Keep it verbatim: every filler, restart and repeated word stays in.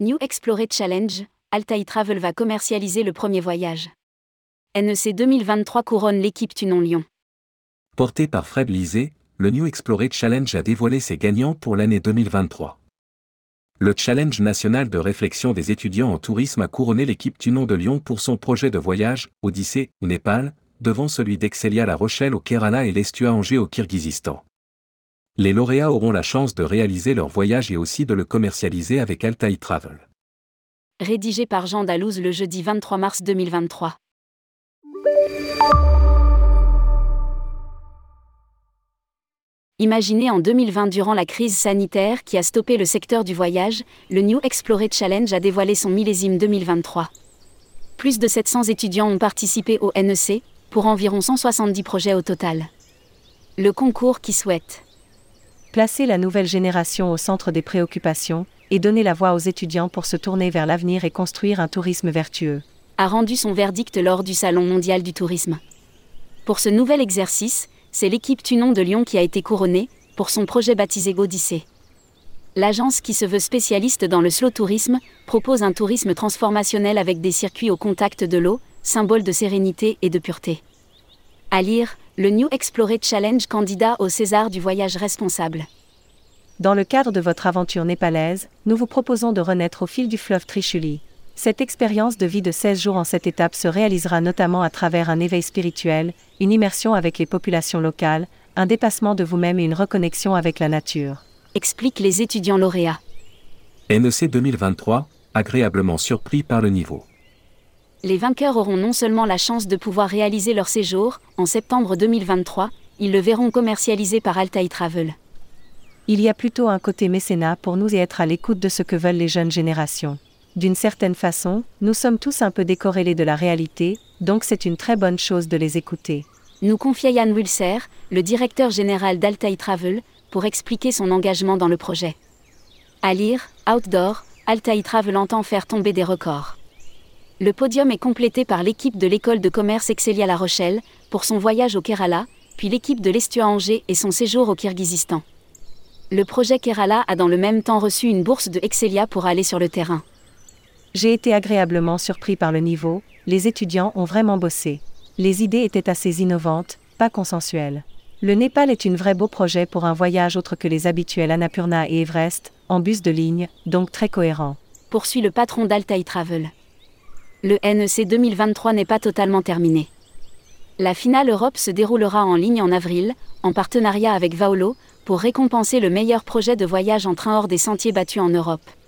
New Explorate Challenge, Altai Travel va commercialiser le premier voyage. N E C deux mille vingt-trois couronne l'équipe Tunon-Lyon. Porté par Fred Lisée, le New Explorate Challenge a dévoilé ses gagnants pour l'année deux mille vingt-trois. Le challenge national de réflexion des étudiants en tourisme a couronné l'équipe Tunon de Lyon pour son projet de voyage, Odyssée, au Népal, devant celui d'Excelia La Rochelle au Kerala et l'Estua Angers au Kirghizistan. Les lauréats auront la chance de réaliser leur voyage et aussi de le commercialiser avec Altai Travel. Rédigé par Jean Dalouse le jeudi vingt-trois mars deux mille vingt-trois. Imaginé en deux mille vingt durant la crise sanitaire qui a stoppé le secteur du voyage, le New Explorate Challenge a dévoilé son millésime deux mille vingt-trois. Plus de sept cents étudiants ont participé au N E C, pour environ cent soixante-dix projets au total. Le concours qui souhaite placer la nouvelle génération au centre des préoccupations et donner la voix aux étudiants pour se tourner vers l'avenir et construire un tourisme vertueux, a rendu son verdict lors du Salon mondial du tourisme. Pour ce nouvel exercice, c'est l'équipe Tunon de Lyon qui a été couronnée, pour son projet baptisé Odyssée. L'agence qui se veut spécialiste dans le slow tourisme, propose un tourisme transformationnel avec des circuits au contact de l'eau, symbole de sérénité et de pureté. À lire, le New Explorate Challenge candidat au César du voyage responsable. Dans le cadre de votre aventure népalaise, nous vous proposons de renaître au fil du fleuve Trishuli. Cette expérience de vie de seize jours en cette étape se réalisera notamment à travers un éveil spirituel, une immersion avec les populations locales, un dépassement de vous-même et une reconnexion avec la nature. Expliquent les étudiants lauréats. N E C deux mille vingt-trois, agréablement surpris par le niveau. Les vainqueurs auront non seulement la chance de pouvoir réaliser leur séjour, en septembre deux mille vingt-trois, ils le verront commercialisé par Altai Travel. Il y a plutôt un côté mécénat pour nous et être à l'écoute de ce que veulent les jeunes générations. D'une certaine façon, nous sommes tous un peu décorrélés de la réalité, donc c'est une très bonne chose de les écouter. Nous confia Yann Wilser, le directeur général d'Altai Travel, pour expliquer son engagement dans le projet. À lire, Outdoor, Altai Travel entend faire tomber des records. Le podium est complété par l'équipe de l'école de commerce Excelia La Rochelle, pour son voyage au Kerala, puis l'équipe de l'Estua Angers et son séjour au Kirghizistan. Le projet Kerala a dans le même temps reçu une bourse de Excelia pour aller sur le terrain. J'ai été agréablement surpris par le niveau, les étudiants ont vraiment bossé. Les idées étaient assez innovantes, pas consensuelles. Le Népal est un vrai beau projet pour un voyage autre que les habituels Annapurna et Everest, en bus de ligne, donc très cohérent. Poursuit le patron d'Altai Travel. Le N E C deux mille vingt-trois n'est pas totalement terminé. La finale Europe se déroulera en ligne en avril, en partenariat avec Vaolo, pour récompenser le meilleur projet de voyage en train hors des sentiers battus en Europe.